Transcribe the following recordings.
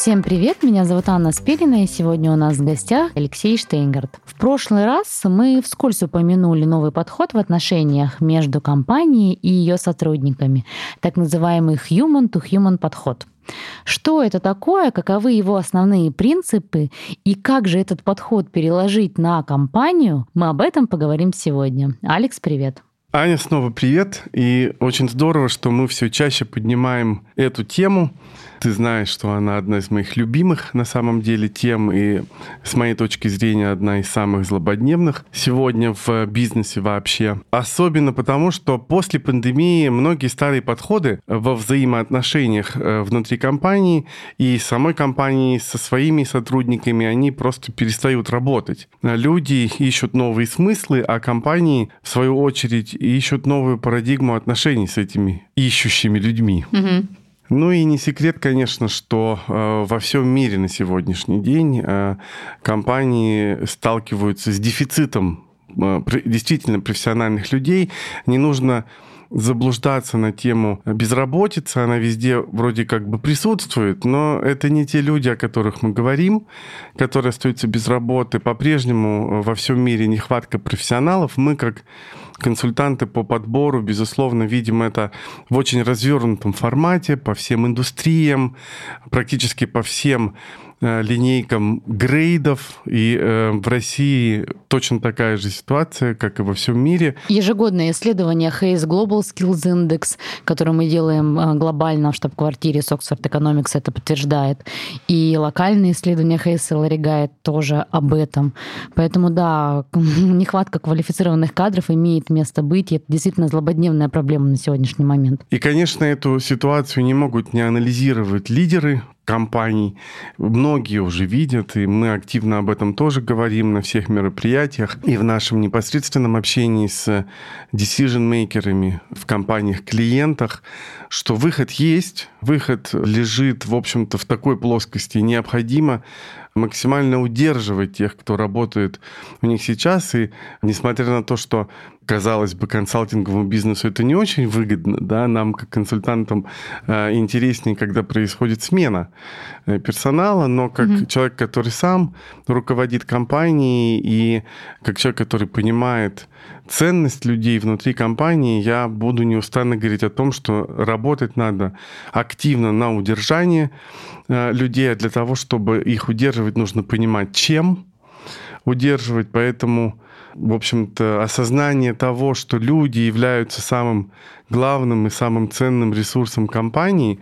Всем привет, меня зовут Анна Спилина, и сегодня у нас в гостях Алексей Штейнгарт. В прошлый раз мы вскользь упомянули новый подход в отношениях между компанией и ее сотрудниками, так называемый human-to-human подход. Что это такое, каковы его основные принципы и как же этот подход переложить на компанию, мы об этом поговорим сегодня. Алекс, привет. Аня, снова привет. И очень здорово, что мы все чаще поднимаем эту тему. Ты знаешь, что она одна из моих любимых на самом деле тем и, с моей точки зрения, одна из самых злободневных сегодня в бизнесе вообще. Особенно потому, что после пандемии многие старые подходы во взаимоотношениях внутри компании и самой компании со своими сотрудниками, они просто перестают работать. Люди ищут новые смыслы, а компании, в свою очередь, ищут новую парадигму отношений с этими ищущими людьми. Ну и не секрет, конечно, что во всем мире на сегодняшний день компании сталкиваются с дефицитом действительно профессиональных людей. Не нужно заблуждаться на тему безработицы, она везде вроде как бы присутствует, но это не те люди, о которых мы говорим, которые остаются без работы. По-прежнему во всем мире нехватка профессионалов. Мы, как консультанты по подбору, безусловно, видим это в очень развернутом формате по всем индустриям, практически по всем линейкам грейдов. И в России точно такая же ситуация, как и во всем мире. Ежегодное исследование Hays Global Skills Index, которое мы делаем глобально в штаб-квартире с Oxford Economics, это подтверждает. И локальные исследования Hays Salary Guide тоже об этом. Поэтому да, нехватка квалифицированных кадров имеет место быть, и это действительно злободневная проблема на сегодняшний момент. И, конечно, эту ситуацию не могут не анализировать лидеры компаний. Многие уже видят, и мы активно об этом тоже говорим на всех мероприятиях и в нашем непосредственном общении с decision-мейкерами в компаниях-клиентах, что выход есть, выход лежит, в общем-то, в такой плоскости. Необходимо максимально удерживать тех, кто работает у них сейчас. И несмотря на то, что, казалось бы, консалтинговому бизнесу это не очень выгодно, да, нам, как консультантам, интереснее, когда происходит смена персонала, но как человек, который сам руководит компанией, и как человек, который понимает ценность людей внутри компании, я буду неустанно говорить о том, что работать надо активно на удержание людей, а для того, чтобы их удерживать, нужно понимать, чем удерживать. Поэтому, в общем-то, осознание того, что люди являются самым главным и самым ценным ресурсом компании,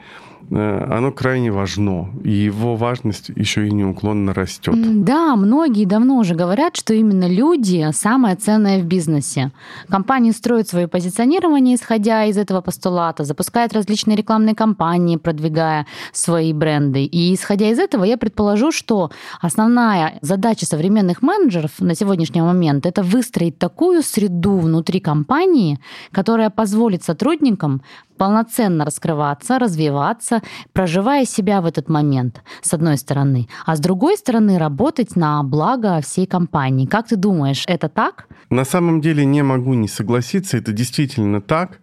оно крайне важно, и его важность еще и неуклонно растет. Да, многие давно уже говорят, что именно люди самое ценное в бизнесе. Компании строят свое позиционирование, исходя из этого постулата, запускают различные рекламные кампании, продвигая свои бренды. И исходя из этого, я предположу, что основная задача современных менеджеров на сегодняшний момент — это выстроить такую среду внутри компании, которая позволит сотрудникам полноценно раскрываться, развиваться, проживая себя в этот момент, с одной стороны, а с другой стороны работать на благо всей компании. Как ты думаешь, это так? На самом деле не могу не согласиться, это действительно так.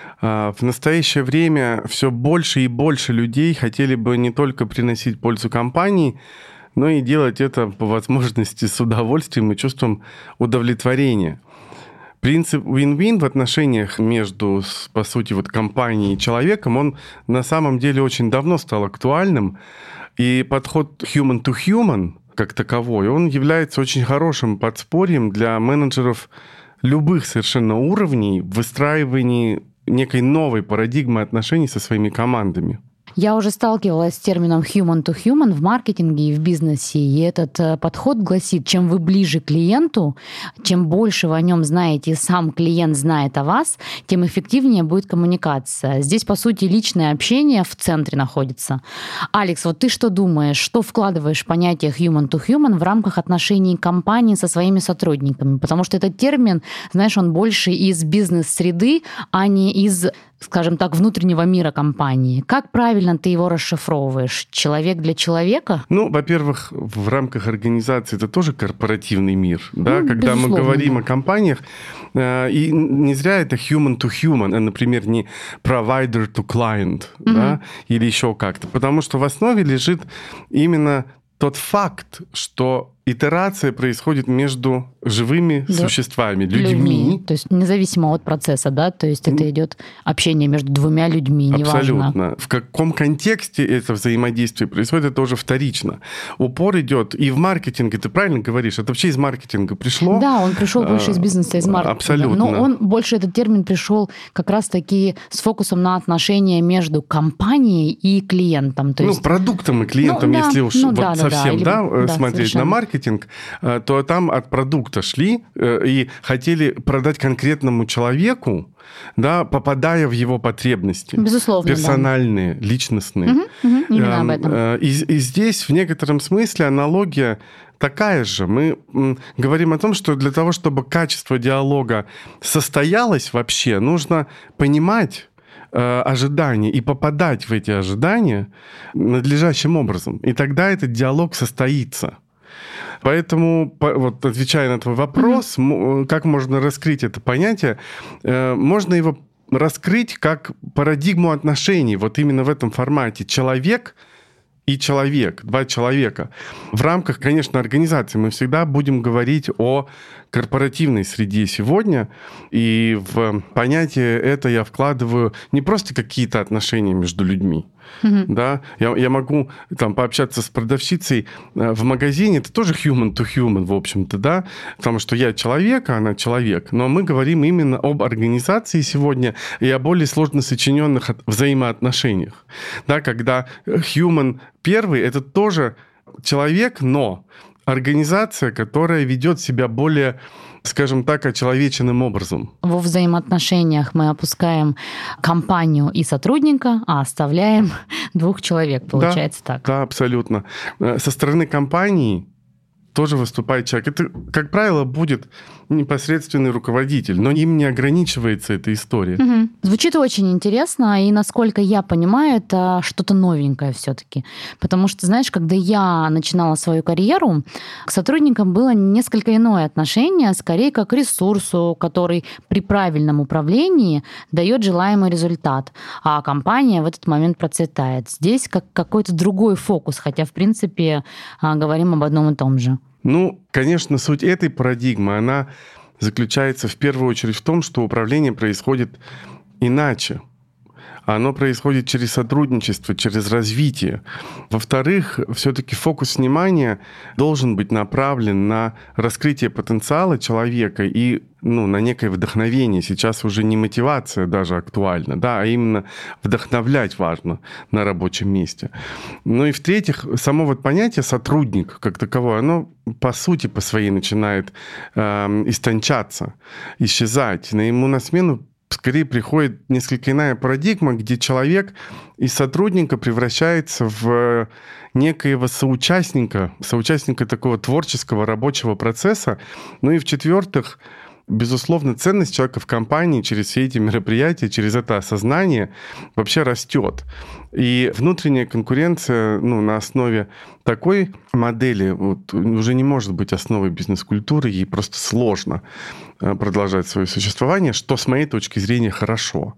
В настоящее время все больше и больше людей хотели бы не только приносить пользу компании, но и делать это по возможности с удовольствием и чувством удовлетворения. Принцип win-win в отношениях между, по сути, вот компанией и человеком, он на самом деле очень давно стал актуальным. И подход human-to-human как таковой, он является очень хорошим подспорьем для менеджеров любых совершенно уровней в выстраивании некой новой парадигмы отношений со своими командами. Я уже сталкивалась с термином human-to-human в маркетинге и в бизнесе, и этот подход гласит, чем вы ближе к клиенту, чем больше вы о нем знаете, и сам клиент знает о вас, тем эффективнее будет коммуникация. Здесь, по сути, личное общение в центре находится. Алекс, вот ты что думаешь, что вкладываешь в понятие human-to-human в рамках отношений компании со своими сотрудниками? Потому что этот термин, знаешь, он больше из бизнес-среды, а не из скажем так, внутреннего мира компании. Как правильно ты его расшифровываешь? Человек для человека? Ну, во-первых, в рамках организации это тоже корпоративный мир. Да? Когда мы говорим о компаниях, и не зря это human to human, а, например, не provider to client, да? Или еще как-то. Потому что в основе лежит именно тот факт, что итерация происходит между живыми существами, людьми. То есть независимо от процесса, да? То есть это идет общение между двумя людьми, неважно. Абсолютно. В каком контексте это взаимодействие происходит, это уже вторично. Упор идет и в маркетинге, ты правильно говоришь, это вообще из маркетинга пришло. Да, он пришел больше из бизнеса, из маркетинга. Абсолютно. Но он больше, этот термин пришел как раз-таки с фокусом на отношения между компанией и клиентом. То есть... продуктом и клиентом, если уж совсем смотреть на маркетинг, то там от продукта шли и хотели продать конкретному человеку, да, попадая в его потребности. Безусловно, персональные, личностные. Именно об этом. И здесь в некотором смысле аналогия такая же. Мы говорим о том, что для того, чтобы качество диалога состоялось вообще, нужно понимать ожидания и попадать в эти ожидания надлежащим образом. И тогда этот диалог состоится. Поэтому, вот отвечая на твой вопрос, как можно раскрыть это понятие, можно его раскрыть как парадигму отношений, вот именно в этом формате. Человек и человек, два человека. В рамках, конечно, организации мы всегда будем говорить о корпоративной среде сегодня, и в понятие это я вкладываю не просто какие-то отношения между людьми. Да? Я могу там пообщаться с продавщицей в магазине, это тоже human to human, в общем-то, да, потому что я человек, а она человек, но мы говорим именно об организации сегодня и о более сложно сочиненных взаимоотношениях, да, когда human первый — это тоже человек, но организация, которая ведет себя более, скажем так, очеловеченным образом. Во взаимоотношениях мы опускаем компанию и сотрудника, а оставляем двух человек, получается так. Да, абсолютно. Со стороны компании тоже выступает человек. Это, как правило, будет непосредственный руководитель, но им не ограничивается эта история. Звучит очень интересно, и, насколько я понимаю, это что-то новенькое все-таки. Потому что, знаешь, когда я начинала свою карьеру, к сотрудникам было несколько иное отношение, скорее как к ресурсу, который при правильном управлении дает желаемый результат, а компания в этот момент процветает. Здесь как какой-то другой фокус, хотя, в принципе, говорим об одном и том же. Ну, конечно, суть этой парадигмы, она заключается в первую очередь в том, что управление происходит иначе. Оно происходит через сотрудничество, через развитие. Во-вторых, все-таки фокус внимания должен быть направлен на раскрытие потенциала человека и на некое вдохновение. Сейчас уже не мотивация даже актуальна, да, а именно вдохновлять важно на рабочем месте. Ну и в-третьих, само вот понятие «сотрудник» как таковое, оно по сути по своей начинает истончаться, исчезать. Ему на смену скорее приходит несколько иная парадигма, где человек из сотрудника превращается в некоего соучастника такого творческого рабочего процесса. Ну и в-четвертых, безусловно, ценность человека в компании через все эти мероприятия, через это осознание вообще растет. И внутренняя конкуренция на основе такой модели уже не может быть основой бизнес-культуры, ей просто сложно продолжать свое существование, что с моей точки зрения хорошо.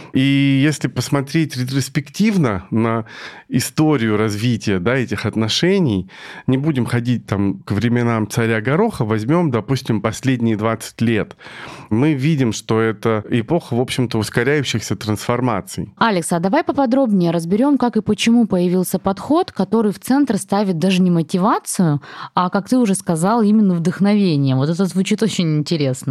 И если посмотреть ретроспективно на историю развития этих отношений, не будем ходить к временам царя Гороха, возьмем, допустим, последние 20 лет. Мы видим, что это эпоха, в общем-то, ускоряющихся трансформаций. Алекс, а давай поподробнее разберем, как и почему появился подход, который в центр ставит даже не мотивацию, а, как ты уже сказал, именно вдохновение. Вот это звучит очень интересно.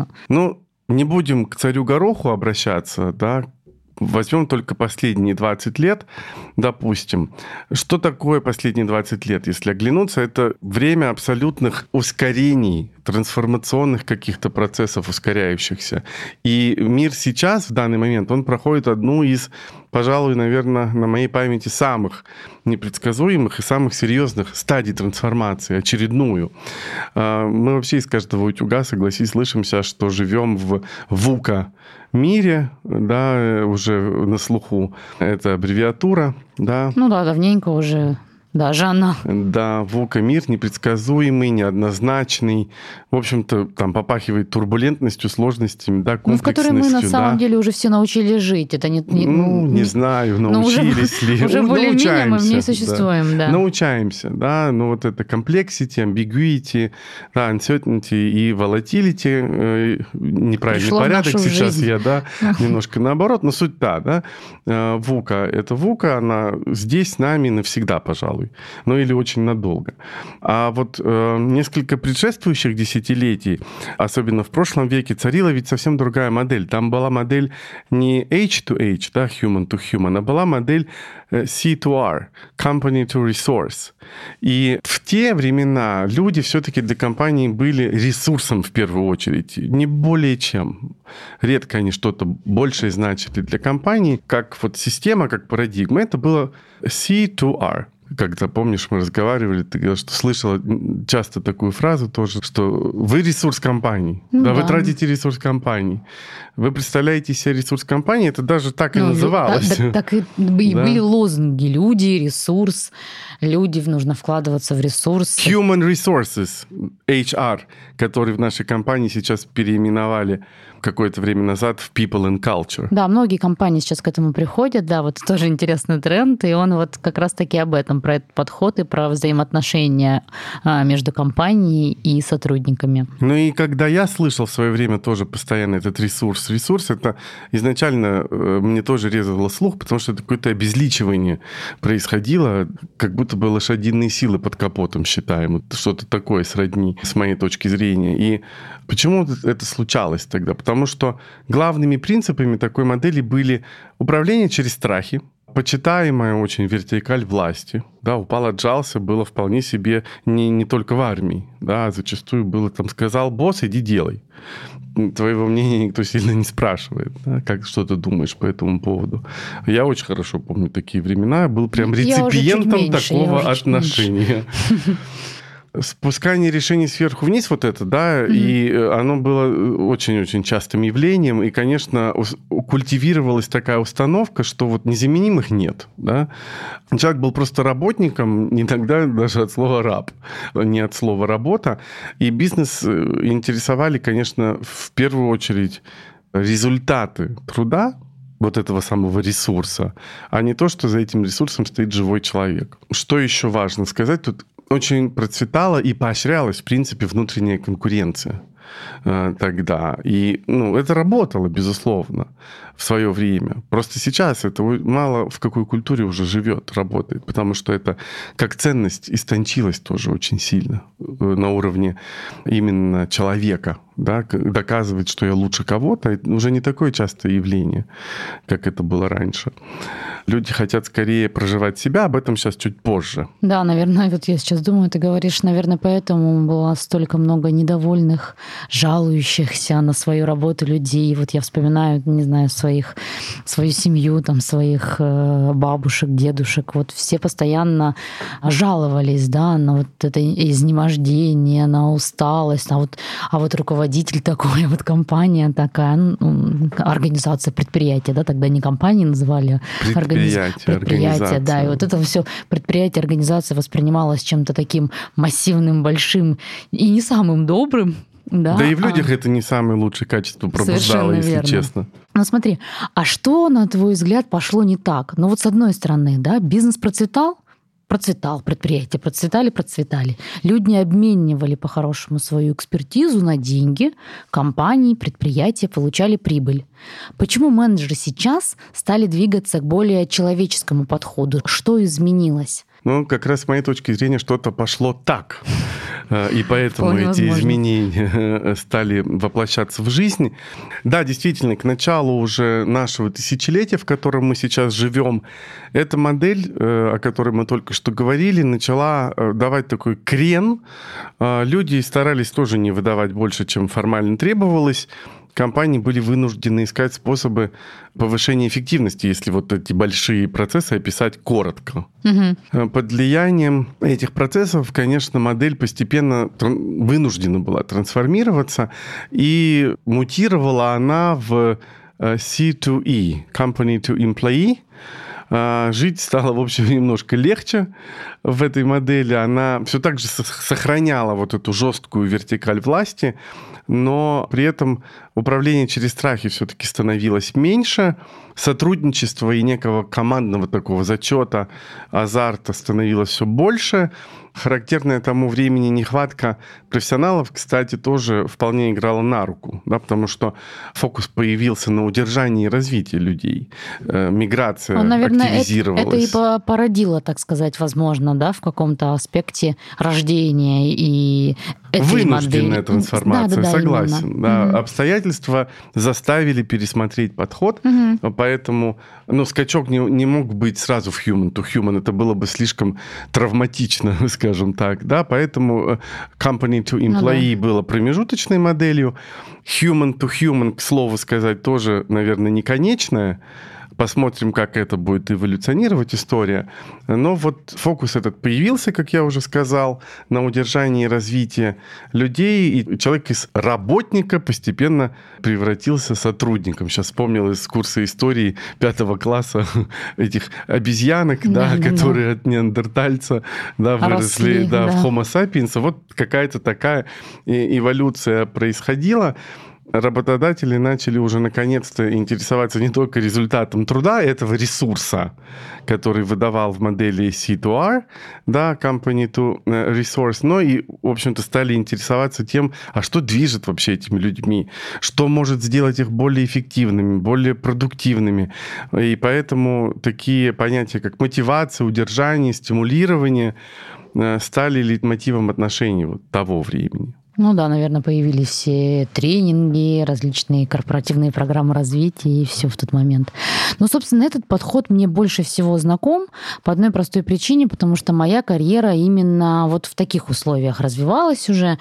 Не будем к царю Гороху обращаться, да, возьмем только последние 20 лет, допустим. Что такое последние 20 лет? Если оглянуться, это время абсолютных ускорений, трансформационных каких-то процессов ускоряющихся. И мир сейчас, в данный момент, он проходит одну из пожалуй, наверное, на моей памяти самых непредсказуемых и самых серьезных стадий трансформации, очередную. Мы вообще из каждого утюга, согласись, слышимся, что живем в ВУКА мире, да, уже на слуху эта аббревиатура, да. Ну да, давненько уже. Даже она. Да, ВУКА мир непредсказуемый, неоднозначный. В общем-то, там попахивает турбулентностью, сложностями, да, комплексностью. В которой мы на самом деле уже все научились жить. Это не знаю, научились ли. Уже более-менее мы в ней существуем, да. Научаемся, да. Но вот это complexity, ambiguity, да, uncertainty и volatility, неправильный порядок сейчас я, да, немножко наоборот, но суть та, да. ВУКА, это ВУКА, она здесь с нами навсегда, пожалуй. Ну или очень надолго. А вот несколько предшествующих десятилетий, особенно в прошлом веке, царила ведь совсем другая модель. Там была модель не H to H, да, human to human, а была модель C to R, company to resource. И в те времена люди все-таки для компании были ресурсом в первую очередь, не более чем. Редко они что-то большее значили для компании, как вот система, как парадигма. Это было C to R. Когда, помнишь, мы разговаривали, ты говорила, что слышала часто такую фразу тоже, что вы ресурс компании. Да, вы тратите ресурс компании. Вы представляете себе ресурс компании, это даже так и называлось. Так и были лозунги. Люди, ресурс, люди, нужно вкладываться в ресурс. Human Resources, HR, который в нашей компании сейчас переименовали какое-то время назад в People and Culture. Да, многие компании сейчас к этому приходят, да, вот тоже интересный тренд, и он вот как раз-таки об этом, про этот подход и про взаимоотношения между компанией и сотрудниками. Ну и когда я слышал в свое время тоже постоянно этот ресурс, это изначально мне тоже резало слух, потому что это какое-то обезличивание происходило, как будто бы лошадиные силы под капотом считаем, что-то такое сродни, с моей точки зрения. И почему это случалось тогда? Потому что главными принципами такой модели были управление через страхи, почитаемая очень вертикаль власти. Да, упал, отжался, было вполне себе не только в армии. Да, зачастую было там, сказал босс, иди делай. Твоего мнения никто сильно не спрашивает. Да, что ты думаешь по этому поводу. Я очень хорошо помню такие времена. Я был прям реципиентом такого отношения. Спускание решений сверху вниз, вот это, да, и оно было очень-очень частым явлением, и, конечно, культивировалась такая установка, что вот незаменимых нет, да. Человек был просто работником, иногда даже от слова «раб», не от слова «работа», и бизнес интересовали, конечно, в первую очередь результаты труда, вот этого самого ресурса, а не то, что за этим ресурсом стоит живой человек. Что еще важно сказать? Тут очень процветала и поощрялась, в принципе, внутренняя конкуренция тогда. И это работало, безусловно, в свое время. Просто сейчас это мало в какой культуре уже живет, работает, потому что это как ценность истончилась тоже очень сильно на уровне именно человека. Да? Доказывать, что я лучше кого-то, это уже не такое частое явление, как это было раньше. Люди хотят скорее проживать себя, об этом сейчас чуть позже. Да, наверное, вот я сейчас думаю, ты говоришь, наверное, поэтому было столько много недовольных, жалующихся на свою работу людей. Вот я вспоминаю, не знаю, свою семью, там, своих бабушек, дедушек. Вот все постоянно жаловались, да, на вот это изнемождение, на усталость, а вот руководитель такой, вот компания такая, организация, предприятие, да, тогда не компании называли, предприятие, да, и вот это все предприятие, организация воспринималась чем-то таким массивным, большим и не самым добрым. Да и в людях это не самое лучшее качество пробуждало, если верно. Честно. Ну смотри, а что, на твой взгляд, пошло не так? Ну вот с одной стороны, да, бизнес процветал, предприятия процветали. Люди обменивали по-хорошему свою экспертизу на деньги, компании, предприятия получали прибыль. Почему менеджеры сейчас стали двигаться к более человеческому подходу? Что изменилось? Ну, как раз с моей точки зрения, что-то пошло так. И поэтому эти изменения стали воплощаться в жизнь. Да, действительно, к началу уже нашего тысячелетия, в котором мы сейчас живем, эта модель, о которой мы только что говорили, начала давать такой крен. Люди старались тоже не выдавать больше, чем формально требовалось. компании были вынуждены искать способы повышения эффективности, если вот эти большие процессы описать коротко. Под влиянием этих процессов, конечно, модель постепенно вынуждена была трансформироваться, и мутировала она в C2E, Company to Employee. Жить стало, в общем, немножко легче в этой модели. Она все так же сохраняла вот эту жесткую вертикаль власти, но при этом управление через страхи все-таки становилось меньше, сотрудничества и некого командного такого зачета, азарта становилось все больше. Характерная тому времени нехватка профессионалов, кстати, тоже вполне играла на руку, да, потому что фокус появился на удержании и развитии людей. Миграция активизировалась. Это и породило, так сказать, возможно, да, в каком-то аспекте рождения и этой вынужденная модели. Трансформация, согласен. Да. Обстоятельства заставили пересмотреть подход, поэтому скачок не мог быть сразу в human to human, это было бы слишком травматично, скажем так. Да? Поэтому company to employee было промежуточной моделью. Human to human, к слову сказать, тоже, наверное, не конечная. Посмотрим, как это будет эволюционировать история. Но вот фокус этот появился, как я уже сказал, на удержании и развитии людей. И человек из работника постепенно превратился сотрудником. Сейчас вспомнил из курса истории 5 класса этих обезьянок, которые от неандертальца выросли в Homo sapiens. Вот какая-то такая эволюция происходила. Работодатели начали уже наконец-то интересоваться не только результатом труда этого ресурса, который выдавал в модели C2R, да, Company to Resource, но и, в общем-то, стали интересоваться тем, а что движет вообще этими людьми, что может сделать их более эффективными, более продуктивными. И поэтому такие понятия, как мотивация, удержание, стимулирование стали лейтмотивом отношений вот того времени. Ну да, наверное, появились все тренинги, различные корпоративные программы развития и все в тот момент. Но, собственно, этот подход мне больше всего знаком по одной простой причине, потому что моя карьера именно вот в таких условиях развивалась уже,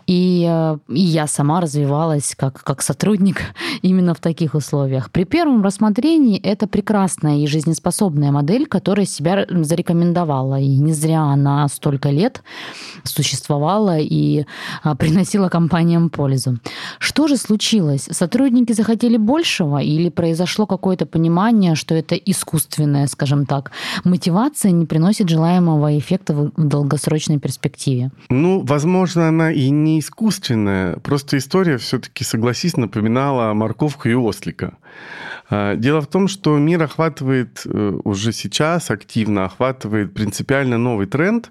и я сама развивалась как сотрудник именно в таких условиях. При первом рассмотрении это прекрасная и жизнеспособная модель, которая себя зарекомендовала, и не зря она столько лет существовала и приносила компаниям пользу. Что же случилось? Сотрудники захотели большего или произошло какое-то понимание, что это искусственная, скажем так, мотивация не приносит желаемого эффекта в долгосрочной перспективе? Возможно, она и не искусственная. Просто история все-таки, согласись, напоминала морковку и ослика. Дело в том, что мир охватывает уже сейчас, активно охватывает принципиально новый тренд.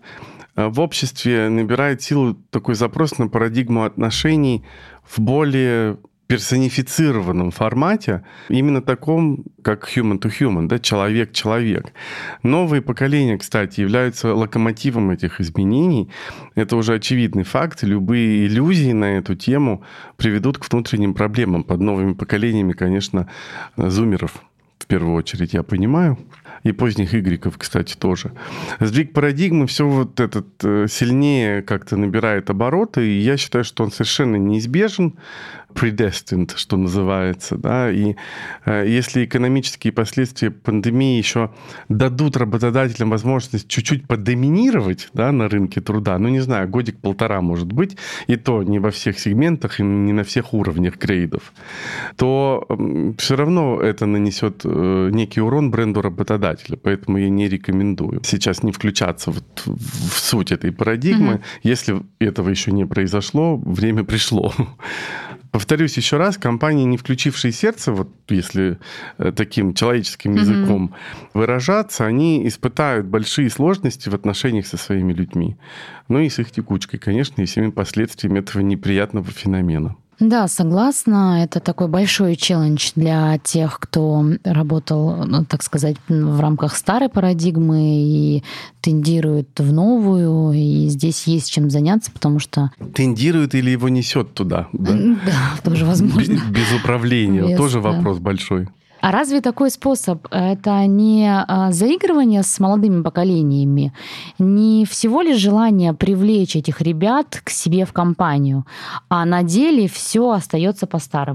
В обществе набирает силу такой запрос на парадигму отношений в более персонифицированном формате, именно таком, как human to human, да, человек-человек. Новые поколения, кстати, являются локомотивом этих изменений. Это уже очевидный факт. Любые иллюзии на эту тему приведут к внутренним проблемам. Под новыми поколениями, конечно, зумеров в первую очередь, я понимаю. И поздних игреков, кстати, тоже. Сдвиг парадигмы все вот этот сильнее как-то набирает обороты, и я считаю, что он совершенно неизбежен, predestined, что называется, да, и если экономические последствия пандемии еще дадут работодателям возможность чуть-чуть подоминировать, да, на рынке труда, не знаю, годик-полтора, может быть, и то не во всех сегментах и не на всех уровнях грейдов, то все равно это нанесет некий урон бренду работодателя, поэтому я не рекомендую сейчас не включаться вот в суть этой парадигмы. Если этого еще не произошло, время пришло. Повторюсь еще раз, компании, не включившие сердце, вот если таким человеческим языком выражаться, они испытают большие сложности в отношениях со своими людьми. И с их текучкой, конечно, и всеми последствиями этого неприятного феномена. Да, согласна. Это такой большой челлендж для тех, кто работал, так сказать, в рамках старой парадигмы и тендирует в новую. И здесь есть чем заняться, потому что... Тендирует или его несет туда? Да, тоже возможно. Без управления. Тоже вопрос большой. А разве такой способ — это не заигрывание с молодыми поколениями, не всего лишь желание привлечь этих ребят к себе в компанию, а на деле все остается по-старому?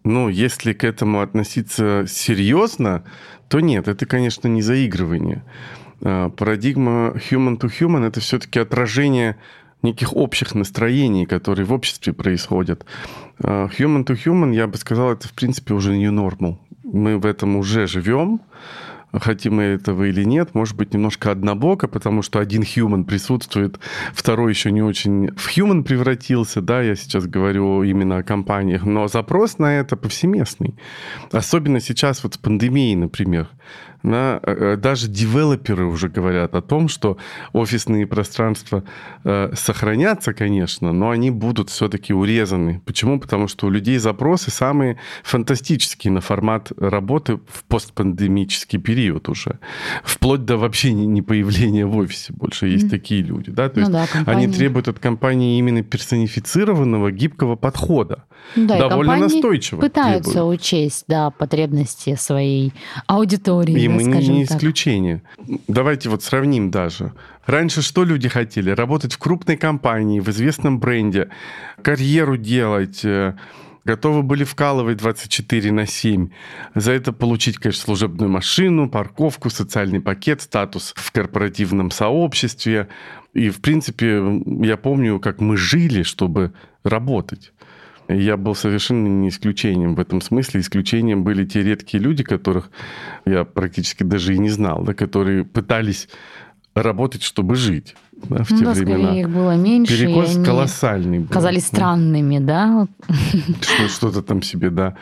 Но если к этому относиться серьезно, то нет, это, конечно, не заигрывание. Парадигма human to human — это все-таки отражение неких общих настроений, которые в обществе происходят. Human to human, я бы сказал, это, в принципе, уже new normal. Мы в этом уже живем, хотим мы этого или нет, может быть, немножко однобоко, потому что один human присутствует, второй еще не очень в human превратился, да, я сейчас говорю именно о компаниях, но запрос на это повсеместный. Особенно сейчас вот с пандемией, например. Да, даже девелоперы уже говорят о том, что офисные пространства сохранятся, конечно, но они будут все-таки урезаны. Почему? Потому что у людей запросы самые фантастические на формат работы в постпандемический период уже. Вплоть до вообще не появления в офисе больше есть такие люди. Да? То есть они требуют от компании именно персонифицированного, гибкого подхода. Да, довольно настойчиво пытаются требуют. Учесть, да, потребности своей аудитории. И мы не так. исключение. Давайте вот сравним даже. Раньше что люди хотели? Работать в крупной компании, в известном бренде, карьеру делать, готовы были вкалывать 24/7. За это получить, конечно, служебную машину, парковку, социальный пакет, статус в корпоративном сообществе. И, в принципе, я помню, как мы жили, чтобы работать. Я был совершенно не исключением в этом смысле. Исключением были те редкие люди, которых я практически даже и не знал, да, которые пытались работать, чтобы жить. Да, в те времена. Скорее их было меньше. Перекос колоссальный был. Казались странными, да? Что-то там себе, да,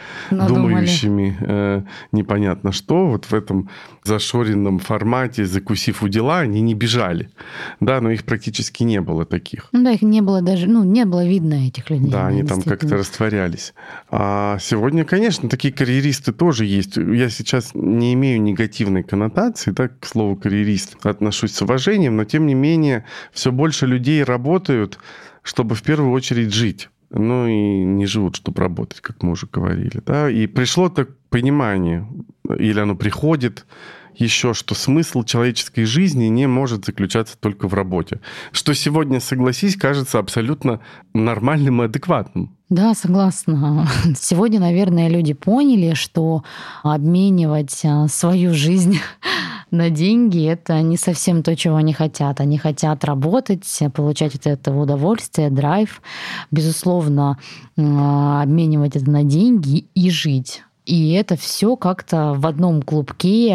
думающими непонятно что. Вот в этом зашоренном формате, закусив у дела, они не бежали. Да, но их практически не было таких. Да, их не было даже, не было видно этих людей. Да, они там как-то растворялись. А сегодня, конечно, такие карьеристы тоже есть. Я сейчас не имею негативной коннотации, да, к слову карьерист, отношусь с уважением, но тем не менее все больше людей работают, чтобы в первую очередь жить. Ну и не живут, чтобы работать, как мы уже говорили. Да? И пришло так понимание, или оно приходит еще, что смысл человеческой жизни не может заключаться только в работе. Что сегодня, согласись, кажется абсолютно нормальным и адекватным. Да, согласна. Сегодня, наверное, люди поняли, что обменивать свою жизнь на деньги — это не совсем то, чего они хотят. Они хотят работать, получать от этого удовольствие, драйв. Безусловно, обменивать это на деньги и жить. И это все как-то в одном клубке,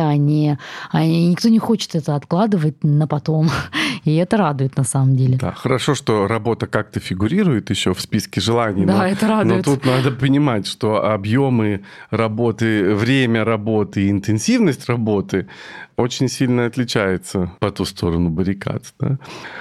никто не хочет это откладывать на потом. И это радует на самом деле. Да, хорошо, что работа как-то фигурирует еще в списке желаний. Да, это радует. Но тут надо понимать, что объемы работы, время работы и интенсивность работы очень сильно отличаются по ту сторону баррикад. Да?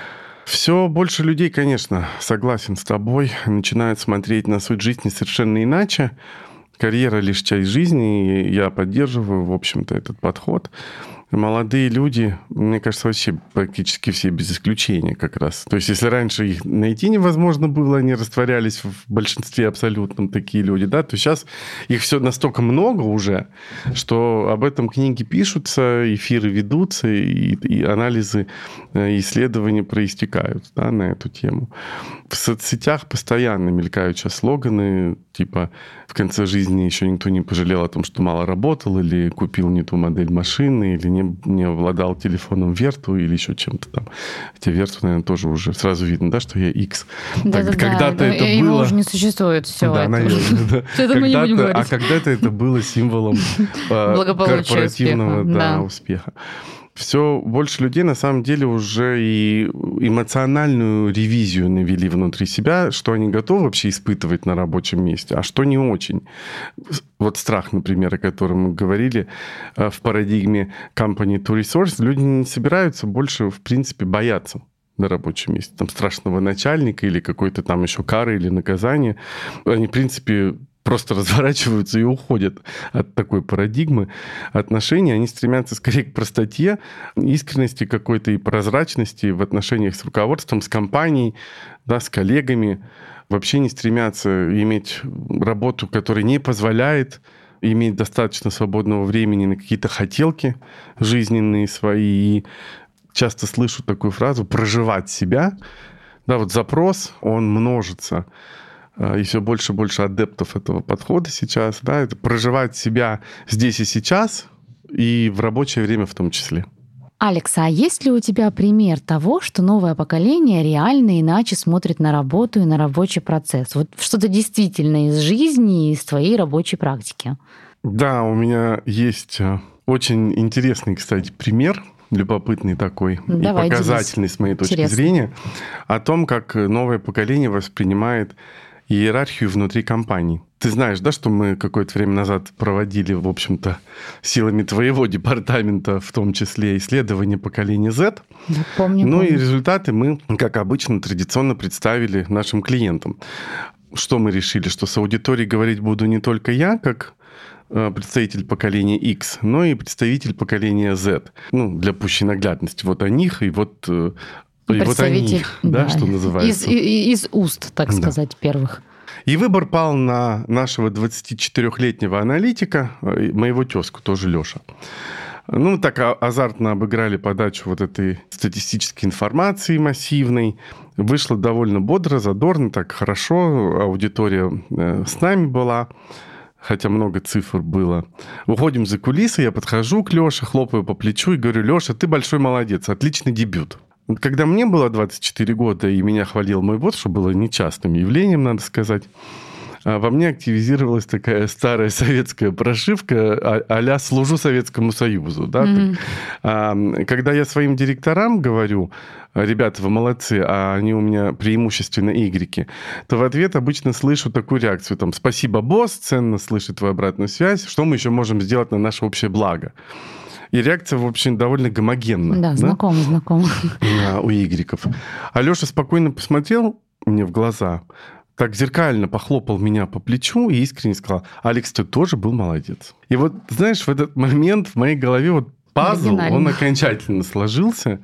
Все больше людей, конечно, согласен с тобой, начинают смотреть на суть жизни совершенно иначе. Карьера — лишь часть жизни, и я поддерживаю, в общем-то, этот подход. Молодые люди, мне кажется, вообще практически все без исключения как раз. То есть если раньше их найти невозможно было, они растворялись в большинстве абсолютном, такие люди, да, то сейчас их все настолько много уже, что об этом книги пишутся, эфиры ведутся, и анализы, исследования проистекают, да, на эту тему. В соцсетях постоянно мелькают сейчас слоганы, типа «в конце жизни еще никто не пожалел о том, что мало работал, или купил не ту модель машины, или не обладал телефоном Верту или еще чем-то там». Хотя Верту, наверное, тоже уже сразу видно, да, что я X. Когда-то это его было... уже не существует, все. Да, наверное, да. Это мы не будем говорить. А когда-то это было символом корпоративного успеха. Все больше людей, на самом деле, уже и эмоциональную ревизию навели внутри себя, что они готовы вообще испытывать на рабочем месте, а что не очень. Вот страх, например, о котором мы говорили в парадигме company to resource, люди не собираются больше, в принципе, бояться на рабочем месте. Там страшного начальника или какой-то там еще кары или наказания. Они, в принципе, просто разворачиваются и уходят от такой парадигмы отношений. Они стремятся скорее к простоте, искренности какой-то и прозрачности в отношениях с руководством, с компанией, да, с коллегами. Вообще не стремятся иметь работу, которая не позволяет иметь достаточно свободного времени на какие-то хотелки жизненные свои. И часто слышу такую фразу «проживать себя». Да, вот запрос, он множится и все больше и больше адептов этого подхода сейчас, да, это проживать себя здесь и сейчас, и в рабочее время в том числе. Алекс, а есть ли у тебя пример того, что новое поколение реально иначе смотрит на работу и на рабочий процесс? Вот что-то действительно из жизни, из твоей рабочей практики. Да, у меня есть очень интересный, кстати, пример, любопытный такой, Давай, и показательный, с моей точки зрения, о том, как новое поколение воспринимает иерархию внутри компаний. Ты знаешь, да, что мы какое-то время назад проводили, в общем-то, силами твоего департамента, в том числе исследование поколения Z. Да, помню. И результаты мы, как обычно, традиционно представили нашим клиентам. Что мы решили? Что с аудиторией говорить буду не только я, как представитель поколения X, но и представитель поколения Z. Для пущей наглядности. Вот о них и вот... И вот они, да, что называется. Из уст, так сказать, первых. И выбор пал на нашего 24-летнего аналитика, моего тезку, тоже Лёша. Так азартно обыграли подачу вот этой статистической информации массивной. Вышло довольно бодро, задорно, так хорошо. Аудитория с нами была, хотя много цифр было. Уходим за кулисы, я подхожу к Лёше, хлопаю по плечу и говорю: «Лёша, ты большой молодец, отличный дебют». Когда мне было 24 года, и меня хвалил мой босс, что было нечастым явлением, надо сказать, во мне активизировалась такая старая советская прошивка а-ля «служу Советскому Союзу». Да? Когда я своим директорам говорю: «Ребята, вы молодцы, а они у меня преимущественно игреки», то в ответ обычно слышу такую реакцию: «Спасибо, босс, ценно слышать твою обратную связь, что мы еще можем сделать на наше общее благо?» И реакция, в общем, довольно гомогенна. Да, знакомо. У игреков. А Лёша спокойно посмотрел мне в глаза, так зеркально похлопал меня по плечу и искренне сказал: «Алекс, ты тоже был молодец». И вот, знаешь, в этот момент в моей голове вот пазл, он окончательно сложился.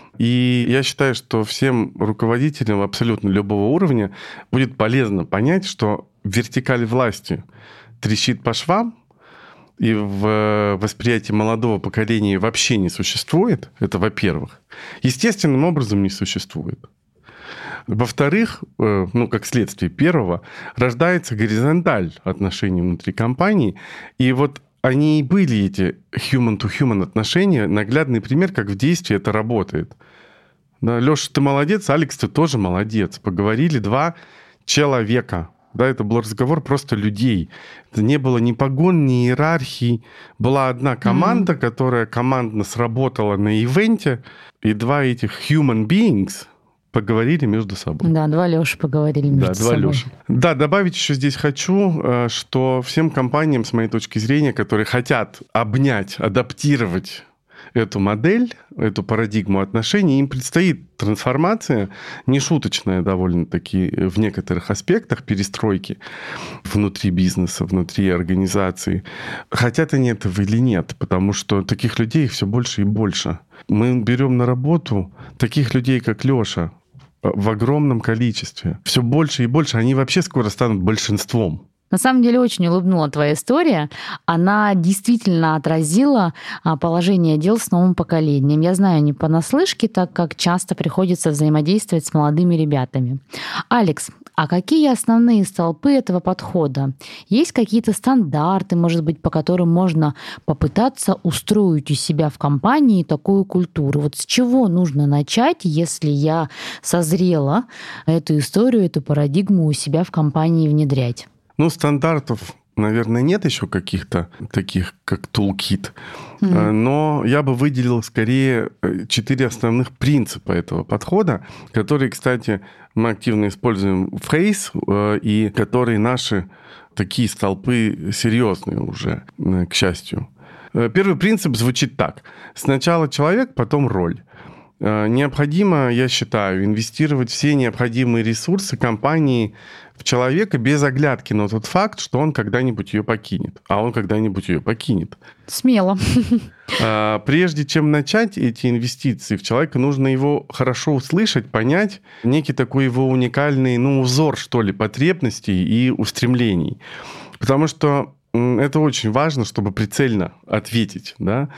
И я считаю, что всем руководителям абсолютно любого уровня будет полезно понять, что вертикаль власти трещит по швам, и в восприятии молодого поколения вообще не существует, это во-первых. Естественным образом не существует. Во-вторых, как следствие первого, рождается горизонталь отношений внутри компании. И вот они и были, эти human-to-human отношения, наглядный пример, как в действии это работает. Да, Лёша, ты молодец, Алекс, ты тоже молодец. Поговорили два человека. Да, это был разговор просто людей. Это не было ни погон, ни иерархии. Была одна команда, которая командно сработала на ивенте, и два этих human beings поговорили между собой. Да, два Лёши поговорили между собой. Да, два Лёши. Да, добавить еще здесь хочу, что всем компаниям, с моей точки зрения, которые хотят обнять, адаптировать эту модель, эту парадигму отношений, им предстоит трансформация, нешуточная довольно-таки в некоторых аспектах, перестройки внутри бизнеса, внутри организации. Хотят они этого или нет, потому что таких людей все больше и больше. Мы берем на работу таких людей, как Лёша, в огромном количестве. Все больше и больше. Они вообще скоро станут большинством. На самом деле очень улыбнула твоя история. Она действительно отразила положение дел с новым поколением. Я знаю не понаслышке, так как часто приходится взаимодействовать с молодыми ребятами. Алекс, а какие основные столпы этого подхода? Есть какие-то стандарты, может быть, по которым можно попытаться устроить у себя в компании такую культуру? Вот с чего нужно начать, если я созрела эту историю, эту парадигму у себя в компании внедрять? Стандартов, наверное, нет еще каких-то таких, как toolkit. Но я бы выделил скорее 4 основных принципа этого подхода, которые, кстати, мы активно используем в Hays, и которые наши такие столпы серьезные уже, к счастью. Первый принцип звучит так. Сначала человек, потом роль. Необходимо, я считаю, инвестировать все необходимые ресурсы компании в человека без оглядки на тот факт, что он когда-нибудь ее покинет. А он когда-нибудь ее покинет. Смело. Прежде чем начать эти инвестиции в человека, нужно его хорошо услышать, понять, некий такой его уникальный, узор, что ли, потребностей и устремлений. Потому что это очень важно, чтобы прицельно ответить, да,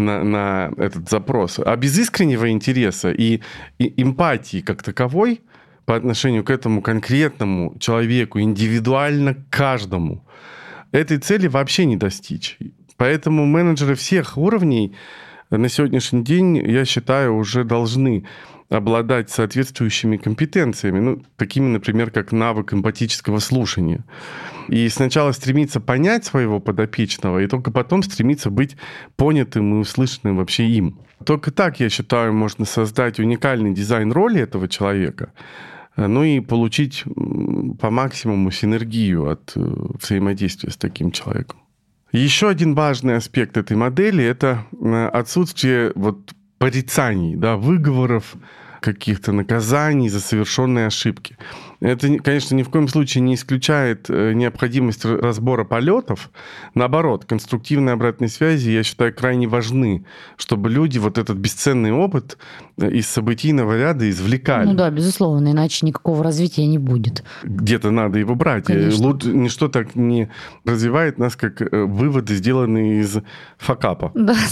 на этот запрос. А без искреннего интереса и эмпатии как таковой по отношению к этому конкретному человеку, индивидуально к каждому, этой цели вообще не достичь. Поэтому менеджеры всех уровней на сегодняшний день, я считаю, уже должны обладать соответствующими компетенциями, такими, например, как навык эмпатического слушания. И сначала стремиться понять своего подопечного, и только потом стремиться быть понятым и услышанным вообще им. Только так, я считаю, можно создать уникальный дизайн роли этого человека, и получить по максимуму синергию от взаимодействия с таким человеком. Еще один важный аспект этой модели – это отсутствие порицаний, выговоров, каких-то наказаний за совершенные ошибки. Это, конечно, ни в коем случае не исключает необходимость разбора полетов. Наоборот, конструктивные обратные связи, я считаю, крайне важны, чтобы люди этот бесценный опыт из событийного ряда извлекали. Безусловно, иначе никакого развития не будет. Где-то надо его брать. Конечно. Ничто так не развивает нас, как выводы, сделанные из факапа.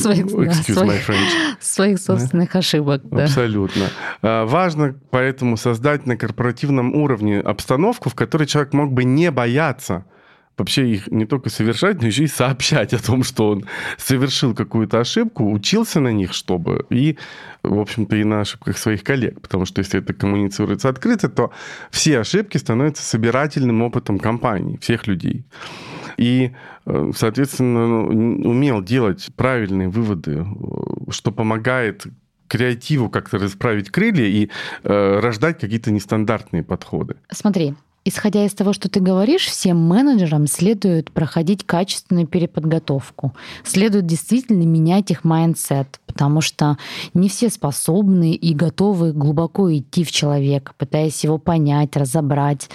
Своих собственных ошибок. Абсолютно. Важно поэтому создать на корпоративном уровне обстановку, в которой человек мог бы не бояться вообще их не только совершать, но еще и сообщать о том, что он совершил какую-то ошибку, учился на них, и, в общем-то, и на ошибках своих коллег. Потому что если это коммуницируется открыто, то все ошибки становятся собирательным опытом компании, всех людей. И, соответственно, умел делать правильные выводы, что помогает креативу как-то расправить крылья и рождать какие-то нестандартные подходы. Смотри, исходя из того, что ты говоришь, всем менеджерам следует проходить качественную переподготовку. Следует действительно менять их майндсет, потому что не все способны и готовы глубоко идти в человека, пытаясь его понять, разобрать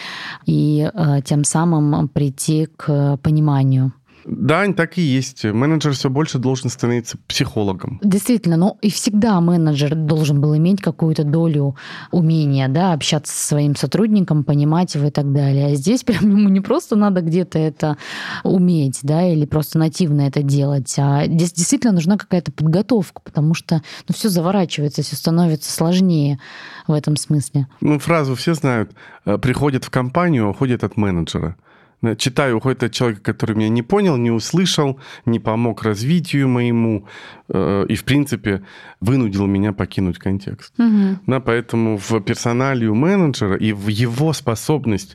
и тем самым прийти к пониманию. Да, так и есть. Менеджер все больше должен становиться психологом. Действительно, и всегда менеджер должен был иметь какую-то долю умения, общаться со своим сотрудником, понимать его и так далее. А здесь прям ему не просто надо где-то это уметь, или просто нативно это делать, а здесь действительно нужна какая-то подготовка, потому что все заворачивается, все становится сложнее в этом смысле. Фразу все знают: приходят в компанию, уходят от менеджера. Читаю, уходит от человека, который меня не понял, не услышал, не помог развитию моему и, в принципе, вынудил меня покинуть контекст. Угу. Поэтому в персоналию менеджера и в его способность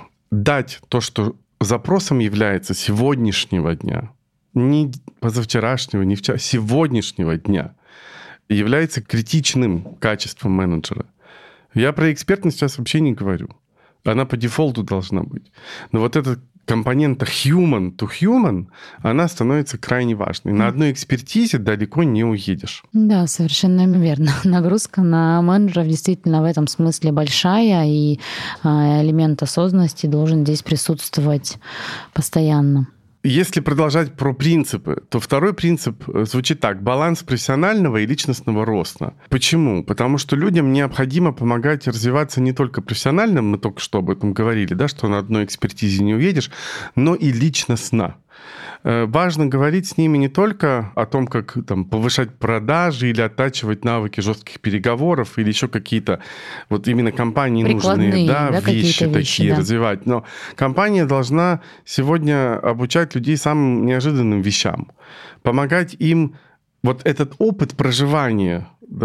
дать то, что запросом является сегодняшнего дня, не позавчерашнего, не вчера, сегодняшнего дня, является критичным качеством менеджера. Я про экспертность сейчас вообще не говорю. Она по дефолту должна быть. Но эта компонента human to human, она становится крайне важной. На одной экспертизе далеко не уедешь. Да, совершенно верно. Нагрузка на менеджеров действительно в этом смысле большая, и элемент осознанности должен здесь присутствовать постоянно. Если продолжать про принципы, то второй принцип звучит так: баланс профессионального и личностного роста. Почему? Потому что людям необходимо помогать развиваться не только профессионально, мы только что об этом говорили, что на одной экспертизе не уедешь, но и личностно. Важно говорить с ними не только о том, как повышать продажи или оттачивать навыки жестких переговоров или еще какие-то именно компании нужные вещи такие развивать. Но компания должна сегодня обучать людей самым неожиданным вещам, помогать им этот опыт проживания,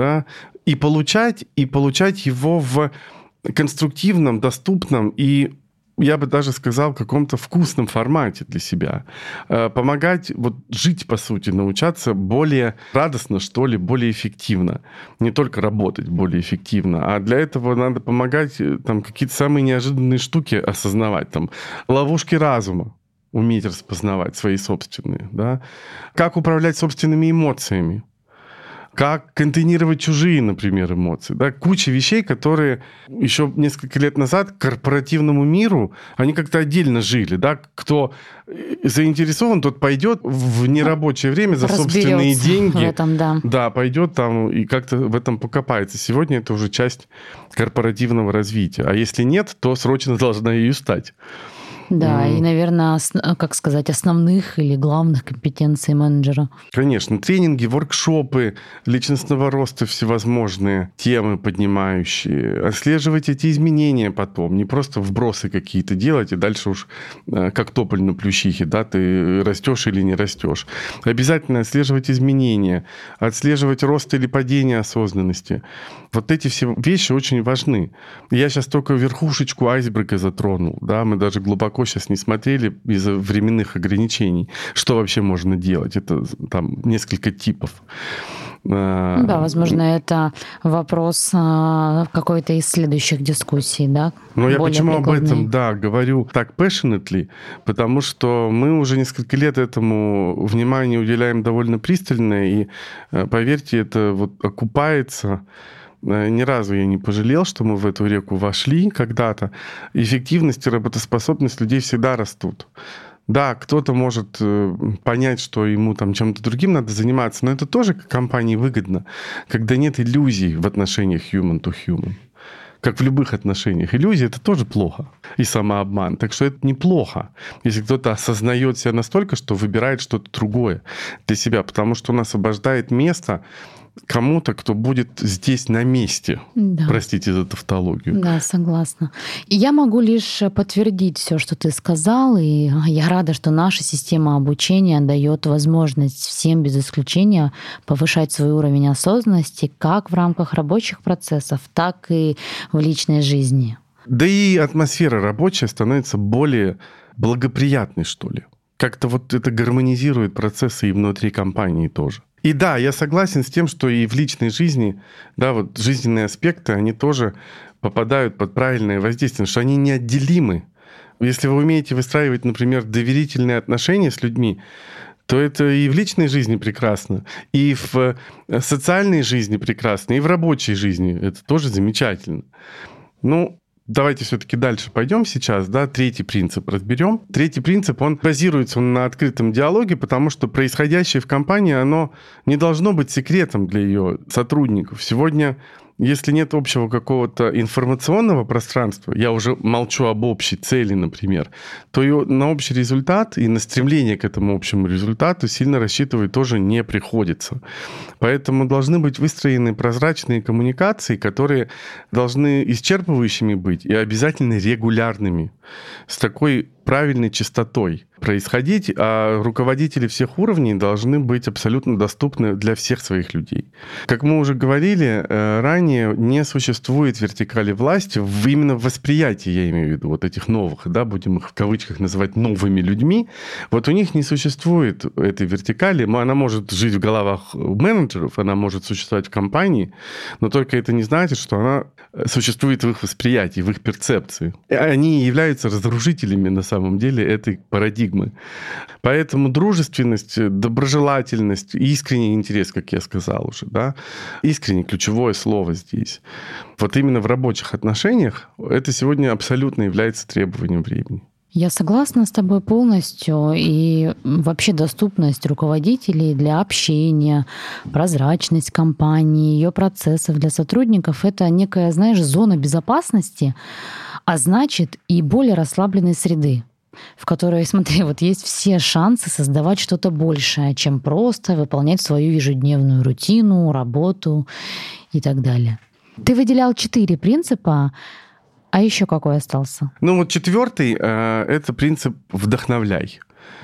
и получать его в конструктивном, доступном и, я бы даже сказал, в каком-то вкусном формате для себя. Помогать жить, по сути, научаться более радостно, что ли, более эффективно. Не только работать более эффективно, а для этого надо помогать какие-то самые неожиданные штуки осознавать. Ловушки разума уметь распознавать свои собственные. Как управлять собственными эмоциями. Как контейнировать чужие, например, эмоции. Куча вещей, которые еще несколько лет назад к корпоративному миру, они как-то отдельно жили. Кто заинтересован, тот пойдет в нерабочее время за собственные деньги. В этом, да, пойдет и как-то в этом покопается. Сегодня это уже часть корпоративного развития. А если нет, то срочно должна ею стать. Да, и, наверное, как сказать, основных или главных компетенций менеджера. Конечно, тренинги, воркшопы личностного роста, всевозможные темы поднимающие. Отслеживать эти изменения потом, не просто вбросы какие-то делать, и дальше уж как тополь на плющихе, да, ты растешь или не растешь. Обязательно отслеживать изменения, отслеживать рост или падение осознанности. Вот эти все вещи очень важны. Я сейчас только верхушечку айсберга затронул, да, мы даже глубоко сейчас не смотрели из-за временных ограничений, что вообще можно делать. Это там несколько типов. Да, возможно, это вопрос какой-то из следующих дискуссий, да? Но я почему об этом, да, говорю так passionately, потому что мы уже несколько лет этому внимание уделяем довольно пристально, и, поверьте, это вот окупается. Ни разу я не пожалел, что мы в эту реку вошли когда-то. Эффективность и работоспособность людей всегда растут. Да, кто-то может понять, что ему там чем-то другим надо заниматься, но это тоже компании выгодно, когда нет иллюзий в отношениях human to human. Как в любых отношениях. Иллюзия — это тоже плохо. И самообман. Так что это неплохо, если кто-то осознает себя настолько, что выбирает что-то другое для себя, потому что он освобождает место кому-то, кто будет здесь на месте. Да. Простите за тавтологию. Да, согласна. И я могу лишь подтвердить все, что ты сказал, и я рада, что наша система обучения дает возможность всем без исключения повышать свой уровень осознанности как в рамках рабочих процессов, так и в личной жизни. Да и атмосфера рабочая становится более благоприятной, что ли. Как-то вот это гармонизирует процессы и внутри компании тоже. И да, я согласен с тем, что и в личной жизни, да, вот жизненные аспекты, они тоже попадают под правильное воздействие, что они неотделимы. Если вы умеете выстраивать, например, доверительные отношения с людьми, то это и в личной жизни прекрасно, и в социальной жизни прекрасно, и в рабочей жизни. Это тоже замечательно. Ну, давайте все-таки дальше пойдем сейчас, да, третий принцип разберем. Третий принцип, он базируется на открытом диалоге, потому что происходящее в компании, оно не должно быть секретом для ее сотрудников. Сегодня, если нет общего какого-то информационного пространства, я уже молчу об общей цели, например, то и на общий результат и на стремление к этому общему результату сильно рассчитывать тоже не приходится. Поэтому должны быть выстроены прозрачные коммуникации, которые должны исчерпывающими быть и обязательно регулярными, с такой правильной частотой происходить, а руководители всех уровней должны быть абсолютно доступны для всех своих людей. Как мы уже говорили ранее, не существует вертикали власти именно в восприятии, я имею в виду, вот этих новых, да, будем их в кавычках называть новыми людьми. Вот у них не существует этой вертикали, она может жить в головах менеджеров, она может существовать в компании, но только это не значит, что она существует в их восприятии, в их перцепции. И они являются разрушителями на самом деле этой парадигмы. Поэтому дружественность, доброжелательность, искренний интерес, как я сказал уже, да, искренне ключевое слово здесь. Вот именно в рабочих отношениях это сегодня абсолютно является требованием времени. Я согласна с тобой полностью. И вообще доступность руководителей для общения, прозрачность компании, ее процессов для сотрудников — это некая, знаешь, зона безопасности, а значит и более расслабленной среды, в которой, смотри, вот есть все шансы создавать что-то большее, чем просто выполнять свою ежедневную рутину, работу и так далее. Ты выделял 4 принципа. А еще какой остался? Ну вот 4 это принцип «вдохновляй».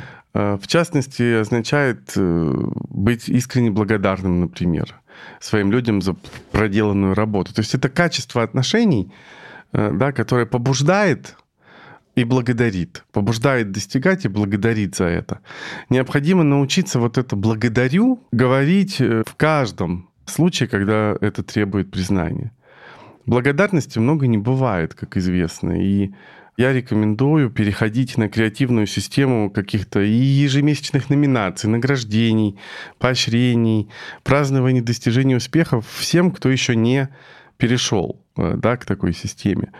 В частности, означает быть искренне благодарным, например, своим людям за проделанную работу. То есть это качество отношений, да, которое побуждает и благодарит. Побуждает достигать и благодарит за это. Необходимо научиться вот это «благодарю» говорить в каждом случае, когда это требует признания. Благодарности много не бывает, как известно, и я рекомендую переходить на креативную систему каких-то и ежемесячных номинаций, награждений, поощрений, празднований достижения успехов всем, кто еще не перешел, да, к такой системе.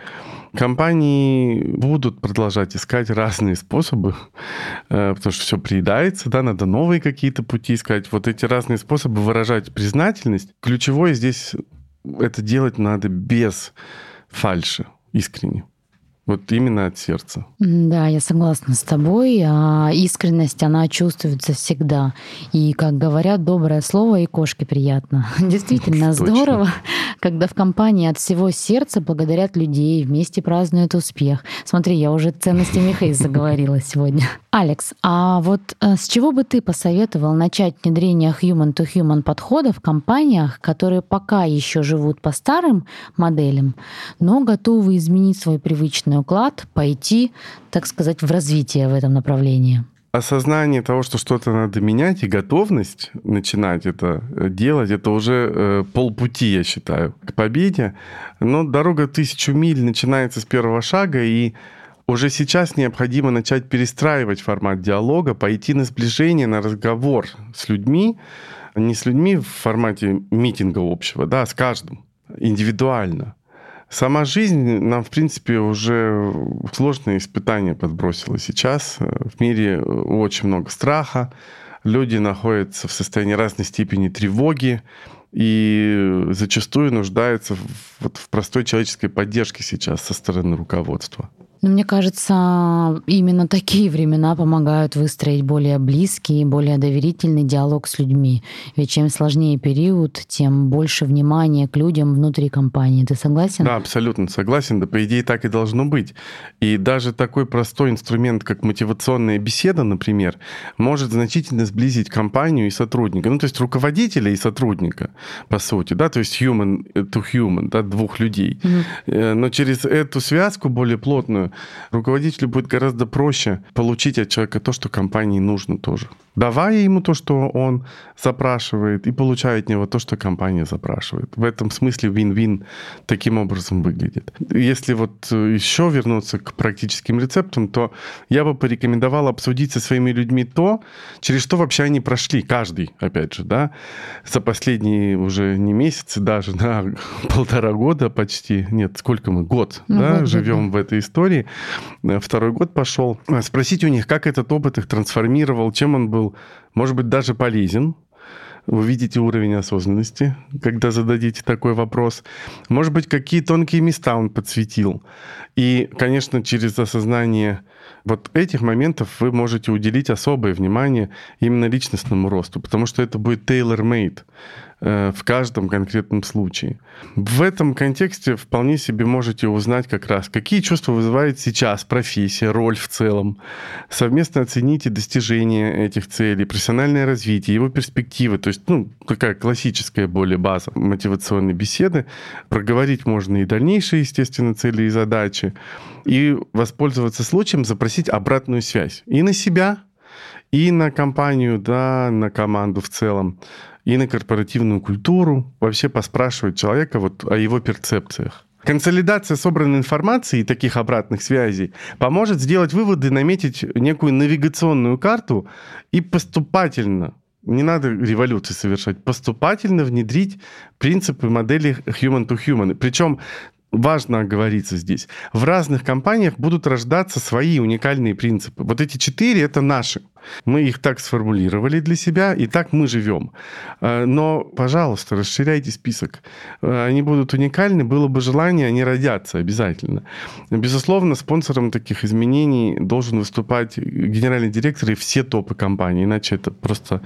Компании будут продолжать искать разные способы, потому что все приедается, да, надо новые какие-то пути искать. Вот эти разные способы выражать признательность. Ключевое здесь это делать надо без фальши, искренне. Вот именно от сердца. Да, я согласна с тобой. Искренность, она чувствуется всегда. И, как говорят, доброе слово и кошке приятно. Действительно здорово, когда в компании от всего сердца благодарят людей, вместе празднуют успех. Смотри, я уже ценностями Хейс заговорила сегодня. Алекс, а вот с чего бы ты посоветовал начать внедрение human-to-human подхода в компаниях, которые пока еще живут по старым моделям, но готовы изменить свой привычный уклад, пойти, так сказать, в развитие в этом направлении? Осознание того, что что-то надо менять, и готовность начинать это делать, это уже полпути, я считаю, к победе. Но дорога 1000 миль начинается с первого шага, и уже сейчас необходимо начать перестраивать формат диалога, пойти на сближение, на разговор с людьми, не с людьми в формате митинга общего, да, а с каждым индивидуально. Сама жизнь нам, в принципе, уже сложные испытания подбросила сейчас. В мире очень много страха, люди находятся в состоянии разной степени тревоги и зачастую нуждаются в простой человеческой поддержке сейчас со стороны руководства. Но мне кажется, именно такие времена помогают выстроить более близкий и более доверительный диалог с людьми. Ведь чем сложнее период, тем больше внимания к людям внутри компании. Ты согласен? Да, абсолютно согласен. Да, по идее, так и должно быть. И даже такой простой инструмент, как мотивационная беседа, например, может значительно сблизить компанию и сотрудника. Ну, то есть руководителя и сотрудника, по сути, да, то есть human to human, да, двух людей. Но через эту связку более плотную руководителю будет гораздо проще получить от человека то, что компании нужно тоже, давая ему то, что он запрашивает, и получая от него то, что компания запрашивает. В этом смысле win-win таким образом выглядит. Если вот еще вернуться к практическим рецептам, то я бы порекомендовал обсудить со своими людьми то, через что вообще они прошли, каждый, опять же, да, за последние уже не месяцы даже, да, 1,5 года почти, нет, сколько мы, год, да, живем в этой истории, 2-й год пошел. Спросить у них, как этот опыт их трансформировал, чем он был, может быть, даже полезен. Вы видите уровень осознанности, когда зададите такой вопрос. Может быть, какие тонкие места он подсветил. И, конечно, через осознание вот этих моментов вы можете уделить особое внимание именно личностному росту, потому что это будет tailor-made в каждом конкретном случае. В этом контексте вполне себе можете узнать как раз, какие чувства вызывает сейчас профессия, роль в целом. Совместно оцените достижения этих целей, профессиональное развитие, его перспективы. То есть, такая классическая более база мотивационной беседы. Проговорить можно и дальнейшие, естественно, цели и задачи. И воспользоваться случаем, запросить обратную связь и на себя, и на компанию, да, на команду в целом, и на корпоративную культуру, вообще поспрашивать человека вот о его перцепциях. Консолидация собранной информации и таких обратных связей поможет сделать выводы, наметить некую навигационную карту и поступательно, не надо революции совершать, поступательно внедрить принципы модели human to human. Причем важно оговориться здесь. В разных компаниях будут рождаться свои уникальные принципы. Вот эти 4 — это наши. Мы их так сформулировали для себя, и так мы живем. Но, пожалуйста, расширяйте список. Они будут уникальны, было бы желание, они родятся обязательно. Безусловно, спонсором таких изменений должен выступать генеральный директор и все топы компании, иначе это просто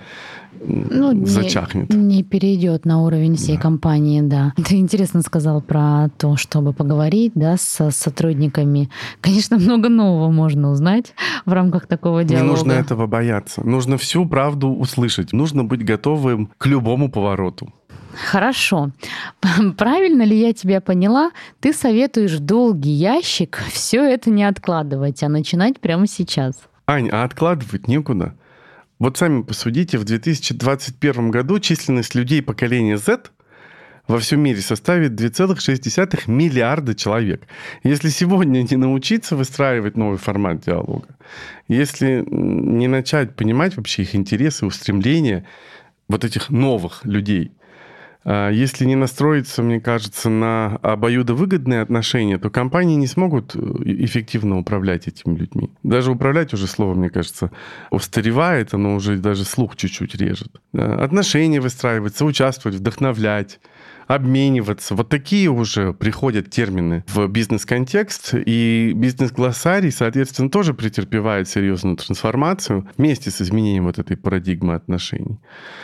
зачахнет. Не перейдет на уровень всей компании, да. Ты интересно сказал про то, чтобы поговорить, да, с сотрудниками. Конечно, много нового можно узнать в рамках такого диалога. Не нужно этого бояться. Нужно всю правду услышать. Нужно быть готовым к любому повороту. Хорошо. Правильно ли я тебя поняла? Ты советуешь в долгий ящик все это не откладывать, а начинать прямо сейчас. Ань, а откладывать некуда. Вот сами посудите, в 2021 году численность людей поколения Z во всем мире составит 2,6 миллиарда человек. Если сегодня не научиться выстраивать новый формат диалога, если не начать понимать вообще их интересы, устремления вот этих новых людей, Если не настроиться, мне кажется, на обоюдовыгодные отношения, то компании не смогут эффективно управлять этими людьми. Даже управлять уже слово, мне кажется, устаревает, оно уже даже слух чуть-чуть режет. Отношения выстраивать, соучаствовать, вдохновлять, обмениваться. Вот такие уже приходят термины в бизнес-контекст, и бизнес-глоссарий, соответственно, тоже претерпевает серьезную трансформацию вместе с изменением вот этой парадигмы отношений.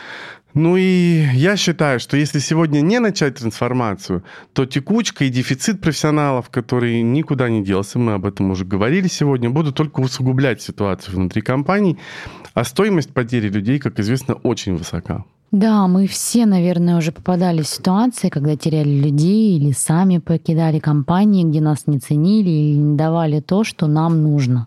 Ну и я считаю, что если сегодня не начать трансформацию, то текучка и дефицит профессионалов, который никуда не делся, мы об этом уже говорили сегодня, будут только усугублять ситуацию внутри компаний, а стоимость потери людей, как известно, очень высока. Да, мы все, наверное, уже попадали в ситуации, когда теряли людей или сами покидали компании, где нас не ценили или не давали то, что нам нужно.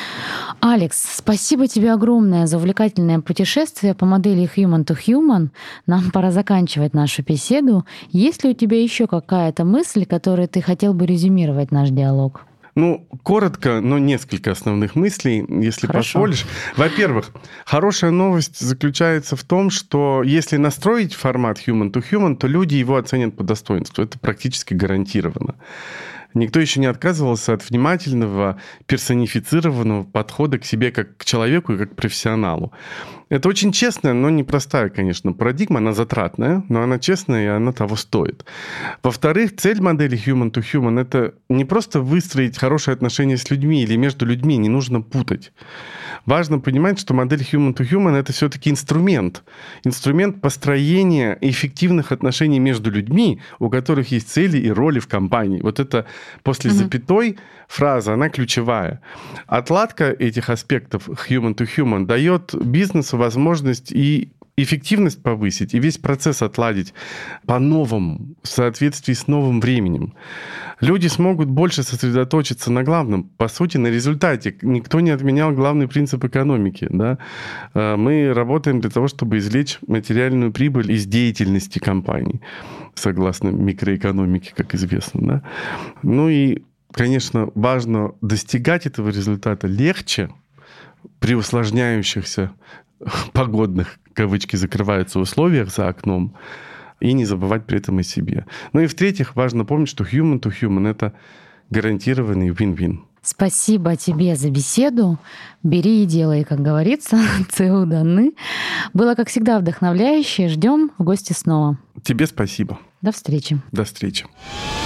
Алекс, спасибо тебе огромное за увлекательное путешествие по модели Human to Human. Нам пора заканчивать нашу беседу. Есть ли у тебя еще какая-то мысль, которой ты хотел бы резюмировать наш диалог? Коротко, но несколько основных мыслей, если позволишь. Во-первых, хорошая новость заключается в том, что если настроить формат human to human, то люди его оценят по достоинству. Это практически гарантированно. Никто еще не отказывался от внимательного, персонифицированного подхода к себе как к человеку и как к профессионалу. Это очень честная, но непростая, конечно, парадигма. Она затратная, но она честная, и она того стоит. Во-вторых, цель модели human to human — это не просто выстроить хорошие отношения с людьми или между людьми, не нужно путать. Важно понимать, что модель human to human — это все-таки инструмент. Инструмент построения эффективных отношений между людьми, у которых есть цели и роли в компании. Вот это после запятой фраза, она ключевая. Отладка этих аспектов human to human дает бизнесу возможность и эффективность повысить, и весь процесс отладить по-новому, в соответствии с новым временем. Люди смогут больше сосредоточиться на главном, по сути, на результате. Никто не отменял главный принцип экономики. Да? Мы работаем для того, чтобы извлечь материальную прибыль из деятельности компании, согласно микроэкономике, как известно. Да? И, конечно, важно достигать этого результата легче при усложняющихся погодных, кавычки закрываются, условиях за окном, и не забывать при этом о себе. И в-третьих, важно помнить, что human to human — это гарантированный win-win. Спасибо тебе за беседу. Бери и делай, как говорится. ЦУ даны. Было, как всегда, вдохновляюще. Ждем в гости снова. Тебе спасибо. До встречи. До встречи.